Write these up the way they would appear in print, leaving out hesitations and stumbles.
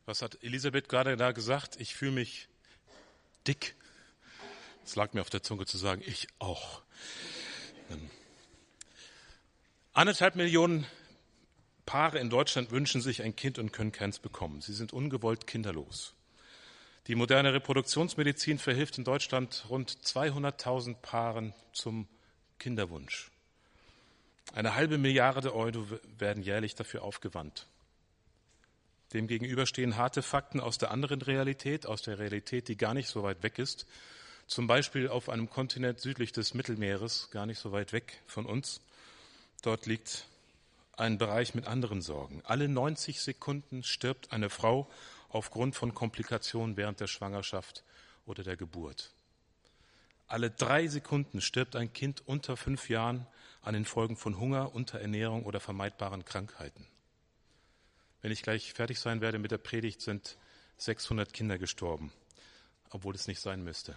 Was hat Elisabeth gerade da gesagt? Ich fühle mich dick. Es lag mir auf der Zunge zu sagen, ich auch. 1,5 Millionen Paare in Deutschland wünschen sich ein Kind und können keins bekommen. Sie sind ungewollt kinderlos. Die moderne Reproduktionsmedizin verhilft in Deutschland rund 200.000 Paaren zum Kinderwunsch. 1,5 Milliarde Euro werden jährlich dafür aufgewandt. Demgegenüber stehen harte Fakten aus der anderen Realität, aus der Realität, die gar nicht so weit weg ist. Zum Beispiel auf einem Kontinent südlich des Mittelmeeres, gar nicht so weit weg von uns. Dort liegt ein Bereich mit anderen Sorgen. Alle 90 Sekunden stirbt eine Frau aufgrund von Komplikationen während der Schwangerschaft oder der Geburt. Alle 3 Sekunden stirbt ein Kind unter 5 Jahren an den Folgen von Hunger, Unterernährung oder vermeidbaren Krankheiten. Wenn ich gleich fertig sein werde mit der Predigt, sind 600 Kinder gestorben, obwohl es nicht sein müsste.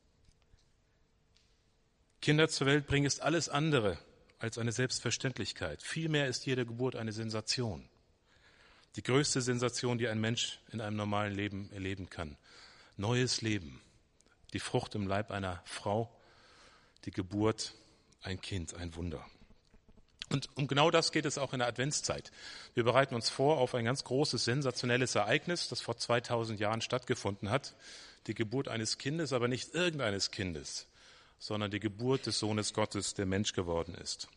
Kinder zur Welt bringen ist alles andere als eine Selbstverständlichkeit. Vielmehr ist jede Geburt eine Sensation. Die größte Sensation, die ein Mensch in einem normalen Leben erleben kann. Neues Leben, die Frucht im Leib einer Frau, die Geburt, ein Kind, ein Wunder. Und um genau das geht es auch in der Adventszeit. Wir bereiten uns vor auf ein ganz großes, sensationelles Ereignis, das vor 2000 Jahren stattgefunden hat. Die Geburt eines Kindes, aber nicht irgendeines Kindes, sondern die Geburt des Sohnes Gottes, der Mensch geworden ist.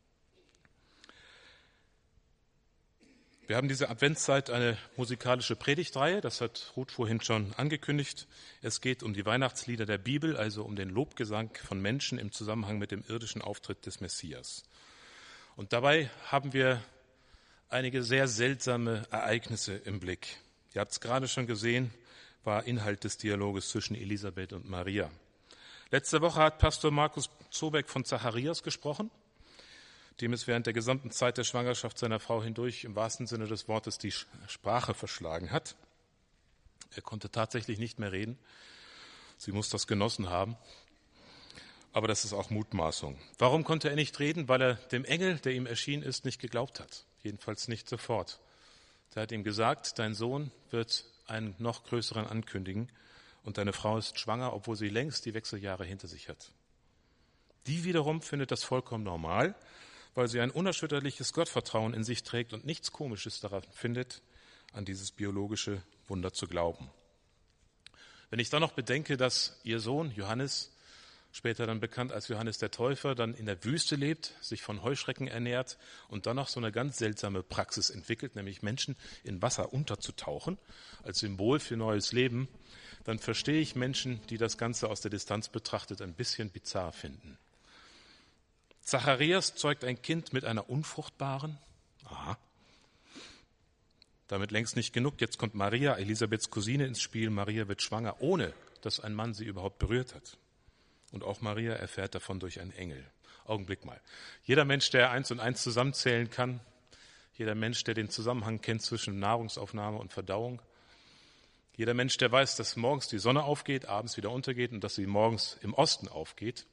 Wir haben diese Adventszeit eine musikalische Predigtreihe, das hat Ruth vorhin schon angekündigt. Es geht um die Weihnachtslieder der Bibel, also um den Lobgesang von Menschen im Zusammenhang mit dem irdischen Auftritt des Messias. Und dabei haben wir einige sehr seltsame Ereignisse im Blick. Ihr habt es gerade schon gesehen, war Inhalt des Dialoges zwischen Elisabeth und Maria. Letzte Woche hat Pastor Markus Zobeck von Zacharias gesprochen, dem es während der gesamten Zeit der Schwangerschaft seiner Frau hindurch im wahrsten Sinne des Wortes die Sprache verschlagen hat. Er konnte tatsächlich nicht mehr reden. Sie muss das genossen haben. Aber das ist auch Mutmaßung. Warum konnte er nicht reden? Weil er dem Engel, der ihm erschienen ist, nicht geglaubt hat. Jedenfalls nicht sofort. Der hat ihm gesagt, dein Sohn wird einen noch größeren ankündigen und deine Frau ist schwanger, obwohl sie längst die Wechseljahre hinter sich hat. Die wiederum findet das vollkommen normal, weil sie ein unerschütterliches Gottvertrauen in sich trägt und nichts Komisches daran findet, an dieses biologische Wunder zu glauben. Wenn ich dann noch bedenke, dass ihr Sohn Johannes, später dann bekannt als Johannes der Täufer, dann in der Wüste lebt, sich von Heuschrecken ernährt und dann noch so eine ganz seltsame Praxis entwickelt, nämlich Menschen in Wasser unterzutauchen, als Symbol für neues Leben, dann verstehe ich Menschen, die das Ganze aus der Distanz betrachtet ein bisschen bizarr finden. Zacharias zeugt ein Kind mit einer unfruchtbaren. Aha. Damit längst nicht genug. Jetzt kommt Maria, Elisabeths Cousine, ins Spiel. Maria wird schwanger, ohne dass ein Mann sie überhaupt berührt hat. Und auch Maria erfährt davon durch einen Engel. Augenblick mal. Jeder Mensch, der 1 und 1 zusammenzählen kann, jeder Mensch, der den Zusammenhang kennt zwischen Nahrungsaufnahme und Verdauung, jeder Mensch, der weiß, dass morgens die Sonne aufgeht, abends wieder untergeht und dass sie morgens im Osten aufgeht.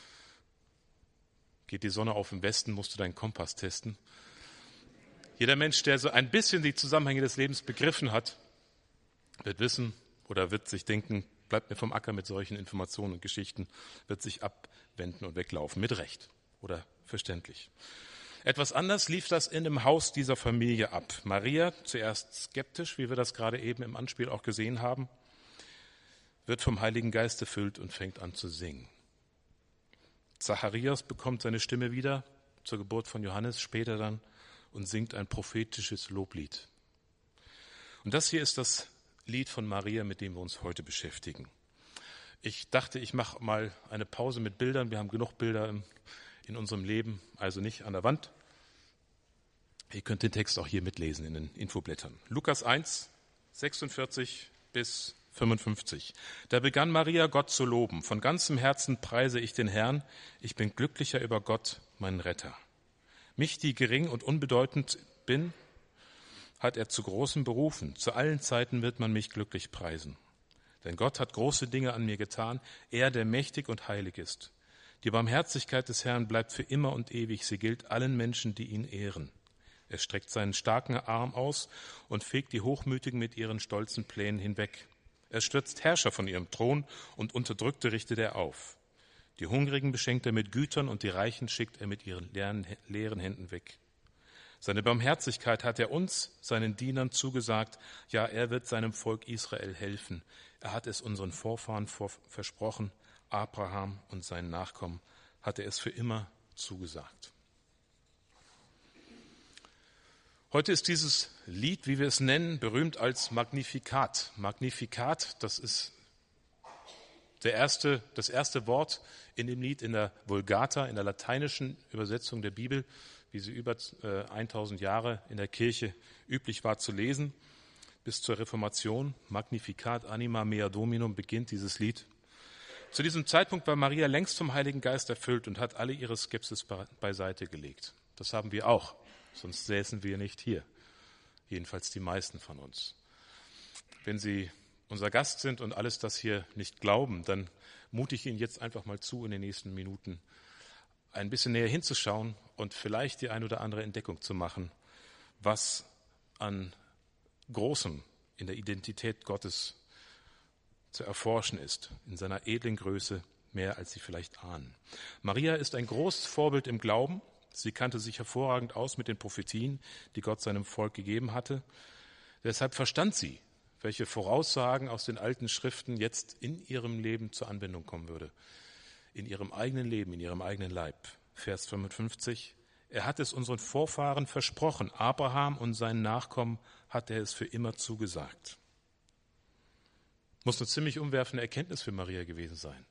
Geht die Sonne auf im Westen, musst du deinen Kompass testen. Jeder Mensch, der so ein bisschen die Zusammenhänge des Lebens begriffen hat, wird wissen oder wird sich denken, bleibt mir vom Acker mit solchen Informationen und Geschichten, wird sich abwenden und weglaufen. Mit Recht oder verständlich. Etwas anders lief das in dem Haus dieser Familie ab. Maria, zuerst skeptisch, wie wir das gerade eben im Anspiel auch gesehen haben, wird vom Heiligen Geist erfüllt und fängt an zu singen. Zacharias bekommt seine Stimme wieder zur Geburt von Johannes, später dann, und singt ein prophetisches Loblied. Und das hier ist das Lied von Maria, mit dem wir uns heute beschäftigen. Ich dachte, ich mache mal eine Pause mit Bildern. Wir haben genug Bilder in unserem Leben, also nicht an der Wand. Ihr könnt den Text auch hier mitlesen in den Infoblättern. Lukas 1, 46 bis 55. Da begann Maria, Gott zu loben. Von ganzem Herzen preise ich den Herrn. Ich bin glücklicher über Gott, meinen Retter. Mich, die gering und unbedeutend bin, hat er zu Großem berufen. Zu allen Zeiten wird man mich glücklich preisen. Denn Gott hat große Dinge an mir getan, er, der mächtig und heilig ist. Die Barmherzigkeit des Herrn bleibt für immer und ewig, sie gilt allen Menschen, die ihn ehren. Er streckt seinen starken Arm aus und fegt die Hochmütigen mit ihren stolzen Plänen hinweg. Er stürzt Herrscher von ihrem Thron und Unterdrückte richtet er auf. Die Hungrigen beschenkt er mit Gütern und die Reichen schickt er mit ihren leeren Händen weg. Seine Barmherzigkeit hat er uns, seinen Dienern, zugesagt. Ja, er wird seinem Volk Israel helfen. Er hat es unseren Vorfahren versprochen. Abraham und seinen Nachkommen hat er es für immer zugesagt. Heute ist dieses Lied, wie wir es nennen, berühmt als Magnificat. Magnificat, das ist das erste Wort in dem Lied in der Vulgata, in der lateinischen Übersetzung der Bibel, wie sie über 1000 Jahre in der Kirche üblich war zu lesen. Bis zur Reformation, Magnificat anima mea dominum, beginnt dieses Lied. Zu diesem Zeitpunkt war Maria längst vom Heiligen Geist erfüllt und hat alle ihre Skepsis beiseite gelegt. Das haben wir auch, sonst säßen wir nicht hier. Jedenfalls die meisten von uns. Wenn Sie unser Gast sind und alles das hier nicht glauben, dann mute ich Ihnen jetzt einfach mal zu, in den nächsten Minuten ein bisschen näher hinzuschauen und vielleicht die ein oder andere Entdeckung zu machen, was an Großem in der Identität Gottes zu erforschen ist, in seiner edlen Größe, mehr als Sie vielleicht ahnen. Maria ist ein großes Vorbild im Glauben. Sie kannte sich hervorragend aus mit den Prophetien, die Gott seinem Volk gegeben hatte. Deshalb verstand sie, welche Voraussagen aus den alten Schriften jetzt in ihrem Leben zur Anwendung kommen würde. In ihrem eigenen Leben, in ihrem eigenen Leib. Vers 55. Er hat es unseren Vorfahren versprochen. Abraham und seinen Nachkommen hat er es für immer zugesagt. Muss eine ziemlich umwerfende Erkenntnis für Maria gewesen sein.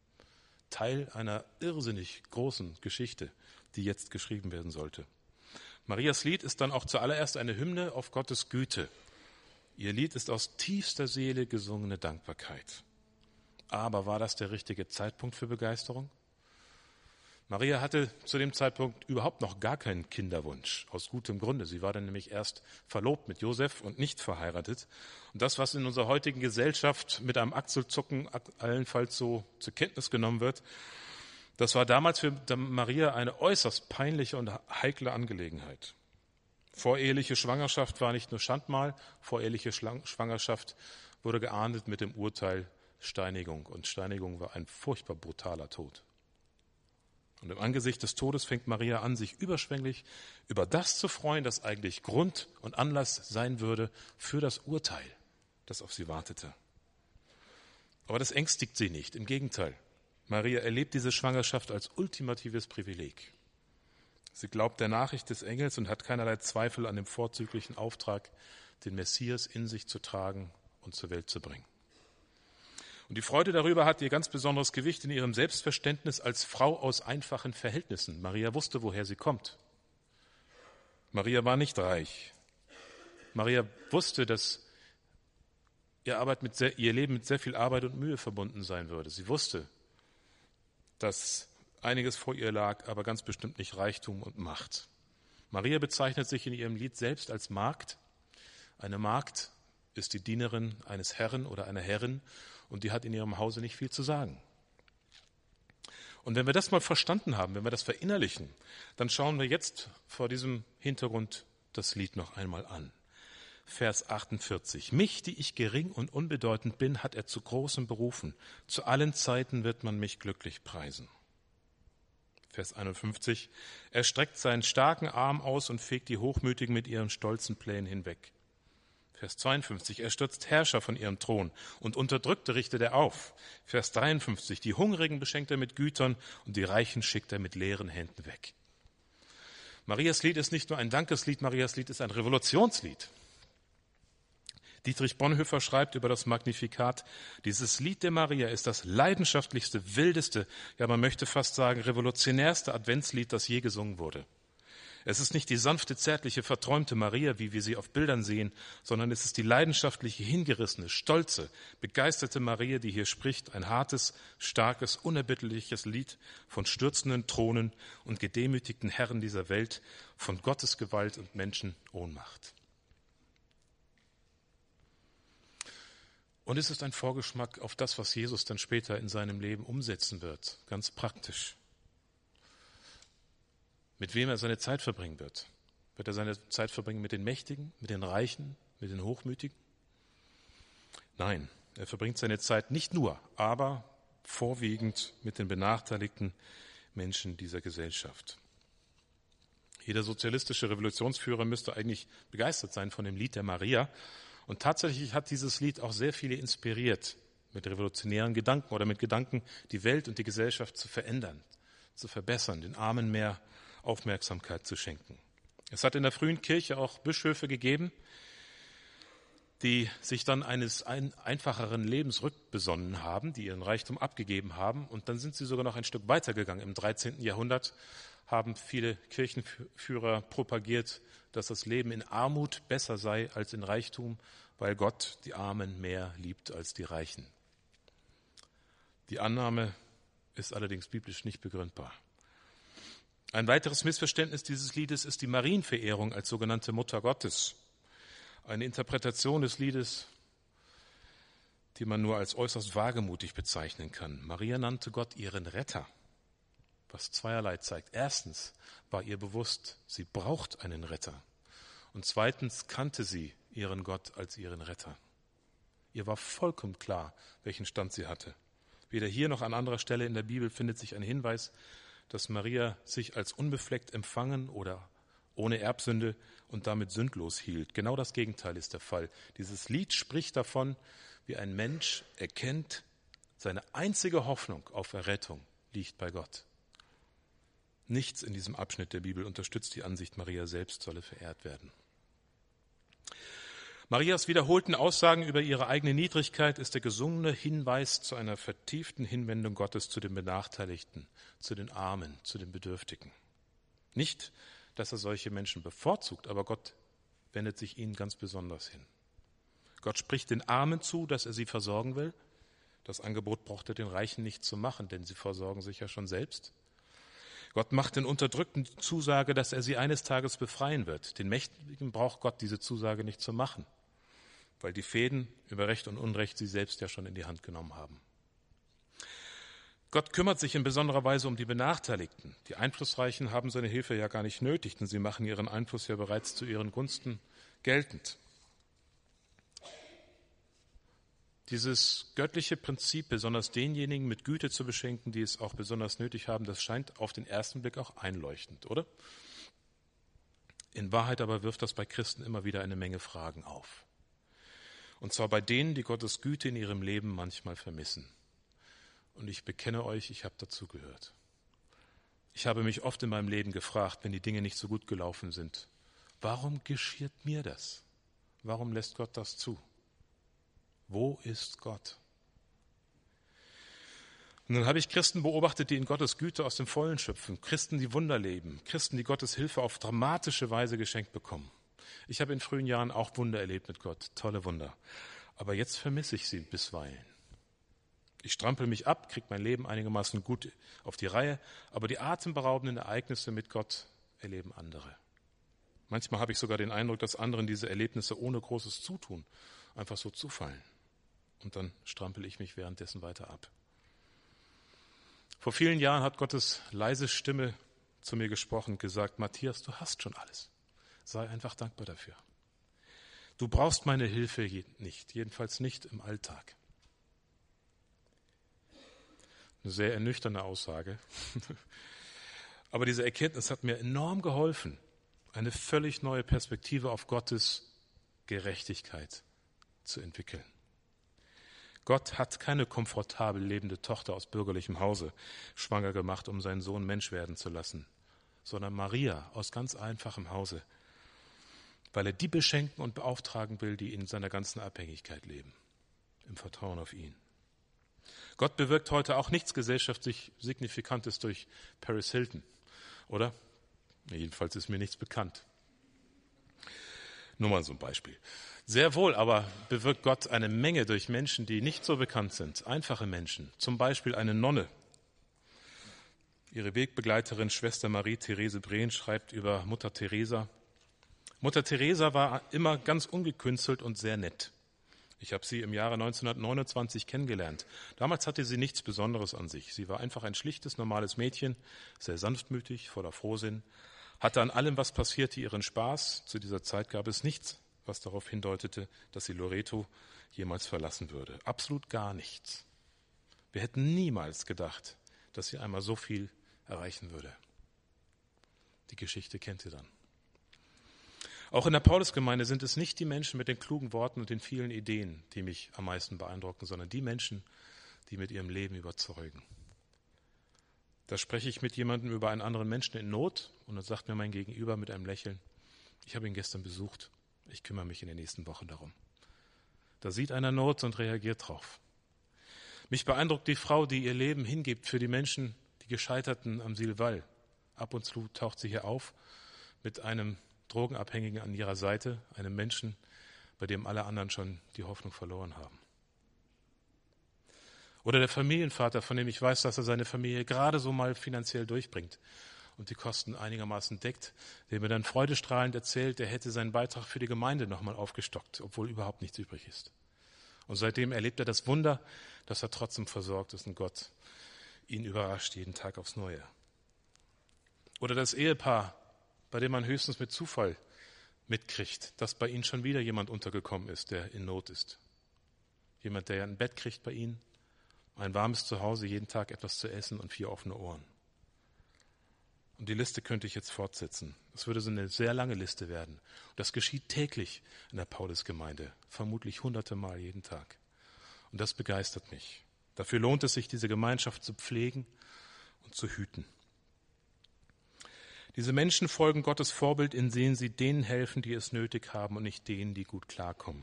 Teil einer irrsinnig großen Geschichte, die jetzt geschrieben werden sollte. Marias Lied ist dann auch zuallererst eine Hymne auf Gottes Güte. Ihr Lied ist aus tiefster Seele gesungene Dankbarkeit. Aber war das der richtige Zeitpunkt für Begeisterung? Maria hatte zu dem Zeitpunkt überhaupt noch gar keinen Kinderwunsch, aus gutem Grunde. Sie war dann nämlich erst verlobt mit Josef und nicht verheiratet. Und das, was in unserer heutigen Gesellschaft mit einem Achselzucken allenfalls so zur Kenntnis genommen wird, das war damals für Maria eine äußerst peinliche und heikle Angelegenheit. Voreheliche Schwangerschaft war nicht nur Schandmal, voreheliche Schwangerschaft wurde geahndet mit dem Urteil Steinigung. Und Steinigung war ein furchtbar brutaler Tod. Und im Angesicht des Todes fängt Maria an, sich überschwänglich über das zu freuen, das eigentlich Grund und Anlass sein würde für das Urteil, das auf sie wartete. Aber das ängstigt sie nicht, im Gegenteil. Maria erlebt diese Schwangerschaft als ultimatives Privileg. Sie glaubt der Nachricht des Engels und hat keinerlei Zweifel an dem vorzüglichen Auftrag, den Messias in sich zu tragen und zur Welt zu bringen. Und die Freude darüber hat ihr ganz besonderes Gewicht in ihrem Selbstverständnis als Frau aus einfachen Verhältnissen. Maria wusste, woher sie kommt. Maria war nicht reich. Maria wusste, dass ihr Leben mit sehr viel Arbeit und Mühe verbunden sein würde. Sie wusste, dass einiges vor ihr lag, aber ganz bestimmt nicht Reichtum und Macht. Maria bezeichnet sich in ihrem Lied selbst als Magd. Eine Magd ist die Dienerin eines Herren oder einer Herrin und die hat in ihrem Hause nicht viel zu sagen. Und wenn wir das mal verstanden haben, wenn wir das verinnerlichen, dann schauen wir jetzt vor diesem Hintergrund das Lied noch einmal an. Vers 48. Mich, die ich gering und unbedeutend bin, hat er zu Großem berufen. Zu allen Zeiten wird man mich glücklich preisen. Vers 51. Er streckt seinen starken Arm aus und fegt die Hochmütigen mit ihren stolzen Plänen hinweg. Vers 52. Er stürzt Herrscher von ihrem Thron und Unterdrückte richtet er auf. Vers 53. Die Hungrigen beschenkt er mit Gütern und die Reichen schickt er mit leeren Händen weg. Marias Lied ist nicht nur ein Dankeslied, Marias Lied ist ein Revolutionslied. Dietrich Bonhoeffer schreibt über das Magnificat, dieses Lied der Maria ist das leidenschaftlichste, wildeste, ja man möchte fast sagen revolutionärste Adventslied, das je gesungen wurde. Es ist nicht die sanfte, zärtliche, verträumte Maria, wie wir sie auf Bildern sehen, sondern es ist die leidenschaftliche, hingerissene, stolze, begeisterte Maria, die hier spricht, ein hartes, starkes, unerbittliches Lied von stürzenden Thronen und gedemütigten Herren dieser Welt, von Gottes Gewalt und Menschen Ohnmacht. Und es ist ein Vorgeschmack auf das, was Jesus dann später in seinem Leben umsetzen wird, ganz praktisch. Mit wem er seine Zeit verbringen wird. Wird er seine Zeit verbringen mit den Mächtigen, mit den Reichen, mit den Hochmütigen? Nein, er verbringt seine Zeit nicht nur, aber vorwiegend mit den benachteiligten Menschen dieser Gesellschaft. Jeder sozialistische Revolutionsführer müsste eigentlich begeistert sein von dem Lied der Maria. Und tatsächlich hat dieses Lied auch sehr viele inspiriert, mit revolutionären Gedanken oder mit Gedanken, die Welt und die Gesellschaft zu verändern, zu verbessern, den Armen mehr Aufmerksamkeit zu schenken. Es hat in der frühen Kirche auch Bischöfe gegeben, die sich dann eines einfacheren Lebens rückbesonnen haben, die ihren Reichtum abgegeben haben. Und dann sind sie sogar noch ein Stück weitergegangen. Im 13. Jahrhundert haben viele Kirchenführer propagiert, dass das Leben in Armut besser sei als in Reichtum, weil Gott die Armen mehr liebt als die Reichen. Die Annahme ist allerdings biblisch nicht begründbar. Ein weiteres Missverständnis dieses Liedes ist die Marienverehrung als sogenannte Mutter Gottes. Eine Interpretation des Liedes, die man nur als äußerst wagemutig bezeichnen kann. Maria nannte Gott ihren Retter, was zweierlei zeigt. Erstens war ihr bewusst, sie braucht einen Retter. Und zweitens kannte sie ihren Gott als ihren Retter. Ihr war vollkommen klar, welchen Stand sie hatte. Weder hier noch an anderer Stelle in der Bibel findet sich ein Hinweis, dass Maria sich als unbefleckt empfangen oder ohne Erbsünde und damit sündlos hielt. Genau das Gegenteil ist der Fall. Dieses Lied spricht davon, wie ein Mensch erkennt, seine einzige Hoffnung auf Errettung liegt bei Gott. Nichts in diesem Abschnitt der Bibel unterstützt die Ansicht, Maria selbst solle verehrt werden. Marias wiederholten Aussagen über ihre eigene Niedrigkeit ist der gesungene Hinweis zu einer vertieften Hinwendung Gottes zu den Benachteiligten, zu den Armen, zu den Bedürftigen. Nicht, dass er solche Menschen bevorzugt, aber Gott wendet sich ihnen ganz besonders hin. Gott spricht den Armen zu, dass er sie versorgen will. Das Angebot braucht er den Reichen nicht zu machen, denn sie versorgen sich ja schon selbst. Gott macht den Unterdrückten die Zusage, dass er sie eines Tages befreien wird. Den Mächtigen braucht Gott diese Zusage nicht zu machen, weil die Fäden über Recht und Unrecht sie selbst ja schon in die Hand genommen haben. Gott kümmert sich in besonderer Weise um die Benachteiligten. Die Einflussreichen haben seine Hilfe ja gar nicht nötig, denn sie machen ihren Einfluss ja bereits zu ihren Gunsten geltend. Dieses göttliche Prinzip, besonders denjenigen mit Güte zu beschenken, die es auch besonders nötig haben, das scheint auf den ersten Blick auch einleuchtend, oder? In Wahrheit aber wirft das bei Christen immer wieder eine Menge Fragen auf. Und zwar bei denen, die Gottes Güte in ihrem Leben manchmal vermissen. Und ich bekenne euch, ich habe dazu gehört. Ich habe mich oft in meinem Leben gefragt, wenn die Dinge nicht so gut gelaufen sind, warum geschieht mir das? Warum lässt Gott das zu? Wo ist Gott? Und dann habe ich Christen beobachtet, die in Gottes Güte aus dem Vollen schöpfen. Christen, die Wunder leben. Christen, die Gottes Hilfe auf dramatische Weise geschenkt bekommen. Ich habe in frühen Jahren auch Wunder erlebt mit Gott. Tolle Wunder. Aber jetzt vermisse ich sie bisweilen. Ich strampel mich ab, kriege mein Leben einigermaßen gut auf die Reihe. Aber die atemberaubenden Ereignisse mit Gott erleben andere. Manchmal habe ich sogar den Eindruck, dass anderen diese Erlebnisse ohne großes Zutun einfach so zufallen. Und dann strampel ich mich währenddessen weiter ab. Vor vielen Jahren hat Gottes leise Stimme zu mir gesprochen und gesagt, Matthias, du hast schon alles. Sei einfach dankbar dafür. Du brauchst meine Hilfe nicht, jedenfalls nicht im Alltag. Eine sehr ernüchternde Aussage. Aber diese Erkenntnis hat mir enorm geholfen, eine völlig neue Perspektive auf Gottes Gerechtigkeit zu entwickeln. Gott hat keine komfortabel lebende Tochter aus bürgerlichem Hause schwanger gemacht, um seinen Sohn Mensch werden zu lassen, sondern Maria aus ganz einfachem Hause, weil er die beschenken und beauftragen will, die in seiner ganzen Abhängigkeit leben, im Vertrauen auf ihn. Gott bewirkt heute auch nichts gesellschaftlich Signifikantes durch Paris Hilton, oder? Jedenfalls ist mir nichts bekannt. Nur mal so ein Beispiel. Sehr wohl aber bewirkt Gott eine Menge durch Menschen, die nicht so bekannt sind, einfache Menschen, zum Beispiel eine Nonne. Ihre Wegbegleiterin Schwester Marie-Therese Brehn schreibt über Mutter Teresa. Mutter Teresa war immer ganz ungekünstelt und sehr nett. Ich habe sie im Jahre 1929 kennengelernt. Damals hatte sie nichts Besonderes an sich. Sie war einfach ein schlichtes, normales Mädchen, sehr sanftmütig, voller Frohsinn, hatte an allem, was passierte, ihren Spaß. Zu dieser Zeit gab es nichts, was darauf hindeutete, dass sie Loreto jemals verlassen würde. Absolut gar nichts. Wir hätten niemals gedacht, dass sie einmal so viel erreichen würde. Die Geschichte kennt ihr dann. Auch in der Paulusgemeinde sind es nicht die Menschen mit den klugen Worten und den vielen Ideen, die mich am meisten beeindrucken, sondern die Menschen, die mit ihrem Leben überzeugen. Da spreche ich mit jemandem über einen anderen Menschen in Not und dann sagt mir mein Gegenüber mit einem Lächeln, ich habe ihn gestern besucht, ich kümmere mich in den nächsten Wochen darum. Da sieht einer Not und reagiert drauf. Mich beeindruckt die Frau, die ihr Leben hingibt für die Menschen, die Gescheiterten am Silval. Ab und zu taucht sie hier auf mit einem Drogenabhängigen an ihrer Seite, einem Menschen, bei dem alle anderen schon die Hoffnung verloren haben. Oder der Familienvater, von dem ich weiß, dass er seine Familie gerade so mal finanziell durchbringt und die Kosten einigermaßen deckt, der mir dann freudestrahlend erzählt, er hätte seinen Beitrag für die Gemeinde nochmal aufgestockt, obwohl überhaupt nichts übrig ist. Und seitdem erlebt er das Wunder, dass er trotzdem versorgt ist und Gott ihn überrascht jeden Tag aufs Neue. Oder das Ehepaar, bei dem man höchstens mit Zufall mitkriegt, dass bei ihnen schon wieder jemand untergekommen ist, der in Not ist. Jemand, der ein Bett kriegt bei ihnen, ein warmes Zuhause, jeden Tag etwas zu essen und 4 offene Ohren. Und die Liste könnte ich jetzt fortsetzen. Es würde so eine sehr lange Liste werden. Und das geschieht täglich in der Paulusgemeinde, vermutlich hunderte Mal jeden Tag. Und das begeistert mich. Dafür lohnt es sich, diese Gemeinschaft zu pflegen und zu hüten. Diese Menschen folgen Gottes Vorbild, indem sie denen helfen, die es nötig haben und nicht denen, die gut klarkommen.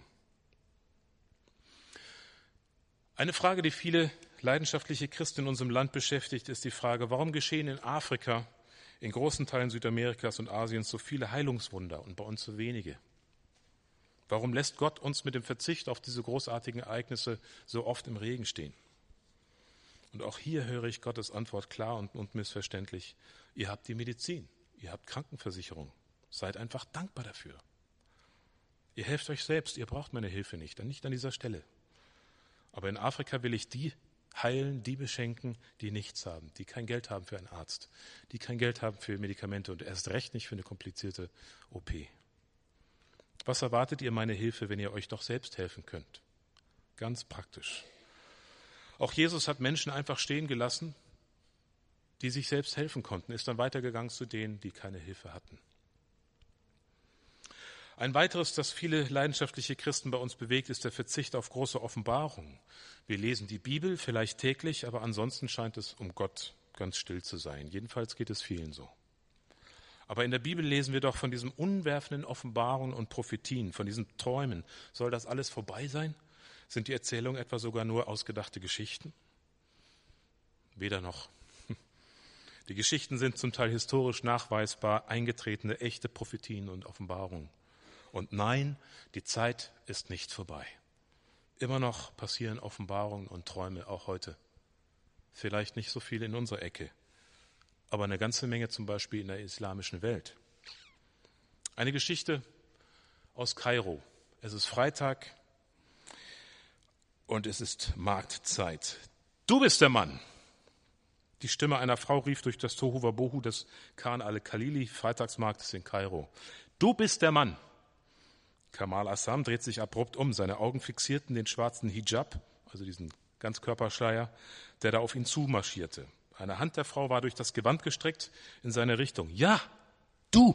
Eine Frage, die viele leidenschaftliche Christen in unserem Land beschäftigt, ist die Frage, warum geschehen in Afrika, in großen Teilen Südamerikas und Asiens so viele Heilungswunder und bei uns so wenige? Warum lässt Gott uns mit dem Verzicht auf diese großartigen Ereignisse so oft im Regen stehen? Und auch hier höre ich Gottes Antwort klar und unmissverständlich. Ihr habt die Medizin, ihr habt Krankenversicherung. Seid einfach dankbar dafür. Ihr helft euch selbst, ihr braucht meine Hilfe nicht, dann nicht an dieser Stelle. Aber in Afrika will ich die heilen, die beschenken, die nichts haben, die kein Geld haben für einen Arzt, die kein Geld haben für Medikamente und erst recht nicht für eine komplizierte OP. Was erwartet ihr meine Hilfe, wenn ihr euch doch selbst helfen könnt? Ganz praktisch. Auch Jesus hat Menschen einfach stehen gelassen, die sich selbst helfen konnten, ist dann weitergegangen zu denen, die keine Hilfe hatten. Ein weiteres, das viele leidenschaftliche Christen bei uns bewegt, ist der Verzicht auf große Offenbarungen. Wir lesen die Bibel vielleicht täglich, aber ansonsten scheint es um Gott ganz still zu sein. Jedenfalls geht es vielen so. Aber in der Bibel lesen wir doch von diesen unwerfenden Offenbarungen und Prophetien, von diesen Träumen. Soll das alles vorbei sein? Sind die Erzählungen etwa sogar nur ausgedachte Geschichten? Weder noch. Die Geschichten sind zum Teil historisch nachweisbar eingetretene, echte Prophetien und Offenbarungen. Und nein, die Zeit ist nicht vorbei. Immer noch passieren Offenbarungen und Träume, auch heute. Vielleicht nicht so viel in unserer Ecke, aber eine ganze Menge zum Beispiel in der islamischen Welt. Eine Geschichte aus Kairo. Es ist Freitag und es ist Marktzeit. Du bist der Mann. Die Stimme einer Frau rief durch das Tohuwabohu des Khan al-Khalili, Freitagsmarktes in Kairo. Du bist der Mann. Kamal Assam dreht sich abrupt um. Seine Augen fixierten den schwarzen Hijab, also diesen Ganzkörperschleier, der da auf ihn zumarschierte. Eine Hand der Frau war durch das Gewand gestreckt in seine Richtung. Ja, du!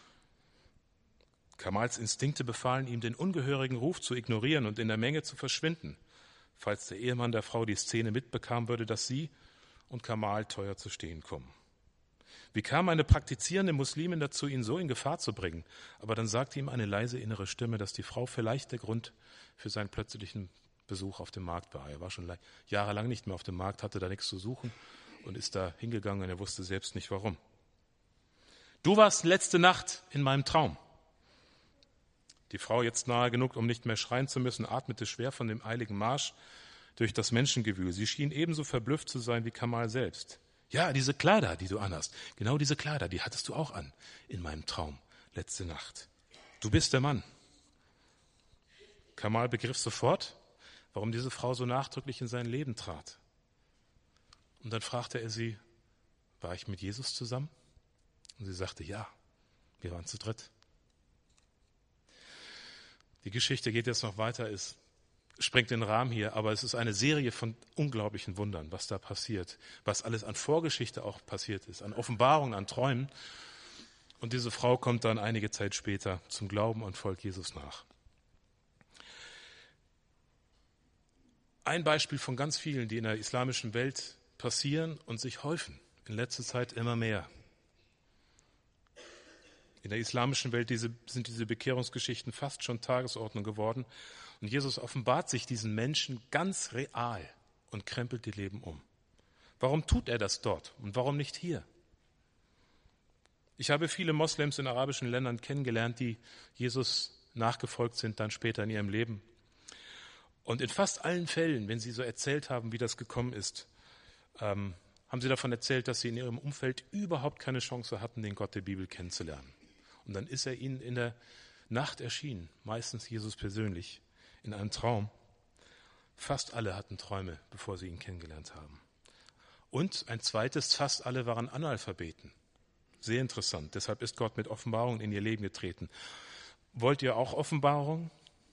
Kamals Instinkte befahlen ihm, den ungehörigen Ruf zu ignorieren und in der Menge zu verschwinden. Falls der Ehemann der Frau die Szene mitbekam, würde das sie und Kamal teuer zu stehen kommen. Wie kam eine praktizierende Muslimin dazu, ihn so in Gefahr zu bringen? Aber dann sagte ihm eine leise innere Stimme, dass die Frau vielleicht der Grund für seinen plötzlichen Besuch auf dem Markt war. Er war schon jahrelang nicht mehr auf dem Markt, hatte da nichts zu suchen und ist da hingegangen und er wusste selbst nicht warum. Du warst letzte Nacht in meinem Traum. Die Frau, jetzt nahe genug, um nicht mehr schreien zu müssen, atmete schwer von dem eiligen Marsch durch das Menschengewühl. Sie schien ebenso verblüfft zu sein wie Kamal selbst. Ja, diese Kleider, die du anhast, genau diese Kleider, die hattest du auch an in meinem Traum letzte Nacht. Du bist der Mann. Kamal begriff sofort, warum diese Frau so nachdrücklich in sein Leben trat. Und dann fragte er sie, war ich mit Jesus zusammen? Und sie sagte, ja, Wir waren zu dritt. Die Geschichte geht jetzt noch weiter, es sprengt den Rahmen hier, aber es ist eine Serie von unglaublichen Wundern, was da passiert, was alles an Vorgeschichte auch passiert ist, an Offenbarungen, an Träumen. Und diese Frau kommt dann einige Zeit später zum Glauben und folgt Jesus nach. Ein Beispiel von ganz vielen, die in der islamischen Welt passieren und sich häufen, in letzter Zeit immer mehr. In der islamischen Welt sind diese Bekehrungsgeschichten fast schon Tagesordnung geworden. Und Jesus offenbart sich diesen Menschen ganz real und krempelt die Leben um. Warum tut er das dort und warum nicht hier? Ich habe viele Moslems in arabischen Ländern kennengelernt, die Jesus nachgefolgt sind, dann später in ihrem Leben. Und in fast allen Fällen, wenn sie so erzählt haben, wie das gekommen ist, haben sie davon erzählt, dass sie in ihrem Umfeld überhaupt keine Chance hatten, den Gott der Bibel kennenzulernen. Und dann ist er ihnen in der Nacht erschienen, meistens Jesus persönlich, in einem Traum. Fast alle hatten Träume, bevor sie ihn kennengelernt haben. Und ein zweites, fast alle waren Analphabeten. Sehr interessant. Deshalb ist Gott mit Offenbarungen in ihr Leben getreten. Wollt ihr auch Offenbarung?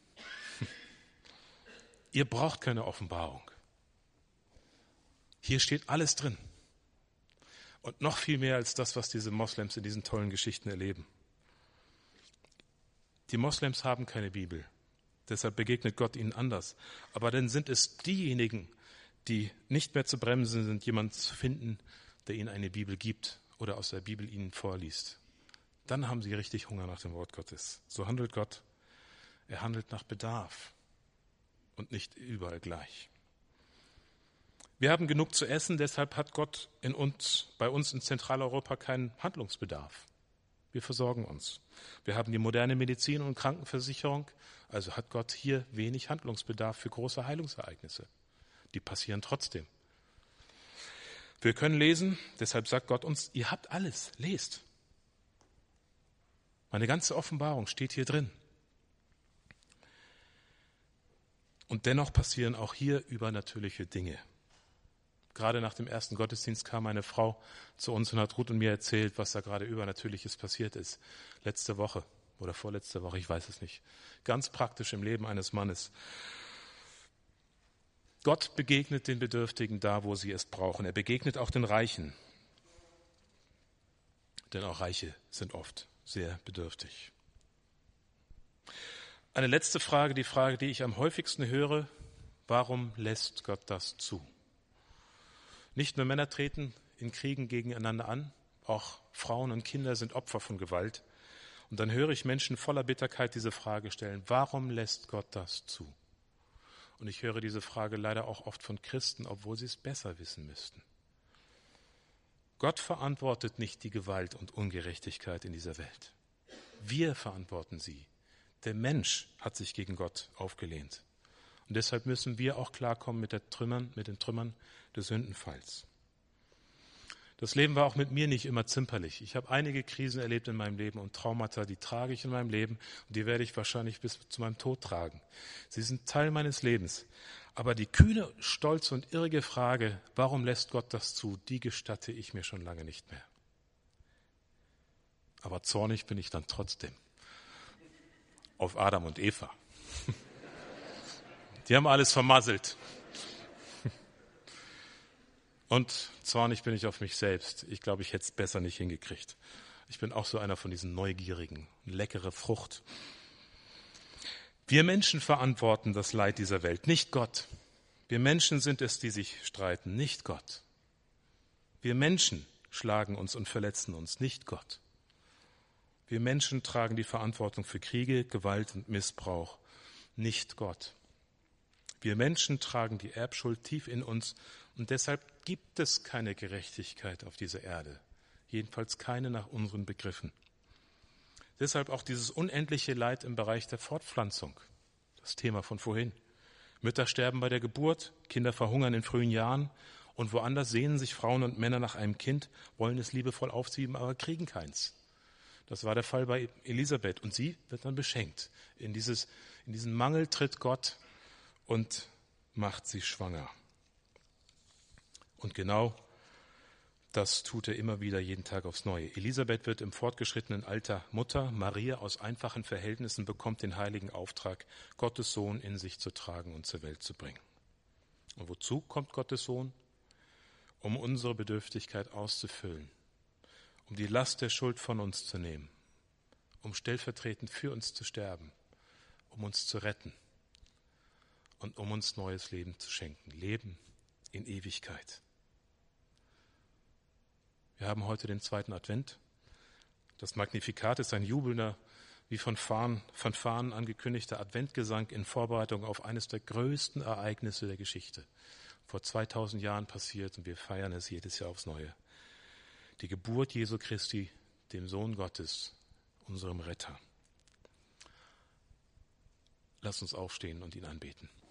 Ihr braucht keine Offenbarung. Hier steht alles drin. Und noch viel mehr als das, was diese Moslems in diesen tollen Geschichten erleben. Die Moslems haben keine Bibel. Deshalb begegnet Gott ihnen anders. Aber dann sind es diejenigen, die nicht mehr zu bremsen sind, jemanden zu finden, der ihnen eine Bibel gibt oder aus der Bibel ihnen vorliest. Dann haben sie richtig Hunger nach dem Wort Gottes. So handelt Gott. Er handelt nach Bedarf und nicht überall gleich. Wir haben genug zu essen, deshalb hat Gott bei uns in Zentraleuropa keinen Handlungsbedarf. Wir versorgen uns. Wir haben die moderne Medizin und Krankenversicherung, also hat Gott hier wenig Handlungsbedarf für große Heilungsereignisse. Die passieren trotzdem. Wir können lesen, deshalb sagt Gott uns, ihr habt alles, lest. Meine ganze Offenbarung steht hier drin. Und dennoch passieren auch hier übernatürliche Dinge. Gerade nach dem ersten Gottesdienst kam eine Frau zu uns und hat Ruth und mir erzählt, was da gerade Übernatürliches passiert ist. Letzte Woche oder vorletzte Woche, ich weiß es nicht. Ganz praktisch im Leben eines Mannes. Gott begegnet den Bedürftigen da, wo sie es brauchen. Er begegnet auch den Reichen. Denn auch Reiche sind oft sehr bedürftig. Eine letzte Frage, die Frage, die ich am häufigsten höre: Warum lässt Gott das zu? Nicht nur Männer treten in Kriegen gegeneinander an, auch Frauen und Kinder sind Opfer von Gewalt. Und dann höre ich Menschen voller Bitterkeit diese Frage stellen: Warum lässt Gott das zu? Und ich höre diese Frage leider auch oft von Christen, obwohl sie es besser wissen müssten. Gott verantwortet nicht die Gewalt und Ungerechtigkeit in dieser Welt. Wir verantworten sie. Der Mensch hat sich gegen Gott aufgelehnt. Und deshalb müssen wir auch klarkommen mit den Trümmern des Sündenfalls. Das Leben war auch mit mir nicht immer zimperlich. Ich habe einige Krisen erlebt in meinem Leben und Traumata, die trage ich in meinem Leben und die werde ich wahrscheinlich bis zu meinem Tod tragen. Sie sind Teil meines Lebens. Aber die kühne, stolze und irrige Frage, warum lässt Gott das zu, die gestatte ich mir schon lange nicht mehr. Aber zornig bin ich dann trotzdem auf Adam und Eva. Die haben alles vermasselt. Und zornig bin ich auf mich selbst. Ich glaube, ich hätte es besser nicht hingekriegt. Ich bin auch so einer von diesen Neugierigen. Leckere Frucht. Wir Menschen verantworten das Leid dieser Welt, nicht Gott. Wir Menschen sind es, die sich streiten, nicht Gott. Wir Menschen schlagen uns und verletzen uns, nicht Gott. Wir Menschen tragen die Verantwortung für Kriege, Gewalt und Missbrauch, nicht Gott. Wir Menschen tragen die Erbschuld tief in uns und deshalb gibt es keine Gerechtigkeit auf dieser Erde. Jedenfalls keine nach unseren Begriffen. Deshalb auch dieses unendliche Leid im Bereich der Fortpflanzung. Das Thema von vorhin. Mütter sterben bei der Geburt, Kinder verhungern in frühen Jahren und woanders sehnen sich Frauen und Männer nach einem Kind, wollen es liebevoll aufziehen, aber kriegen keins. Das war der Fall bei Elisabeth und sie wird dann beschenkt. In diesen Mangel tritt Gott und macht sie schwanger. Und genau Das tut er immer wieder, jeden Tag aufs Neue. Elisabeth wird im fortgeschrittenen Alter Mutter. Maria aus einfachen Verhältnissen bekommt den heiligen Auftrag, Gottes Sohn in sich zu tragen und zur Welt zu bringen. Und wozu kommt Gottes Sohn? Um unsere Bedürftigkeit auszufüllen, um die Last der Schuld von uns zu nehmen, um stellvertretend für uns zu sterben, um uns zu retten und um uns neues Leben zu schenken. Leben in Ewigkeit. Wir haben heute den 2. Advent. Das Magnificat ist ein jubelnder, wie von Fanfaren angekündigter Adventgesang in Vorbereitung auf eines der größten Ereignisse der Geschichte. Vor 2000 Jahren passiert und wir feiern es jedes Jahr aufs Neue. Die Geburt Jesu Christi, dem Sohn Gottes, unserem Retter. Lass uns aufstehen und ihn anbeten.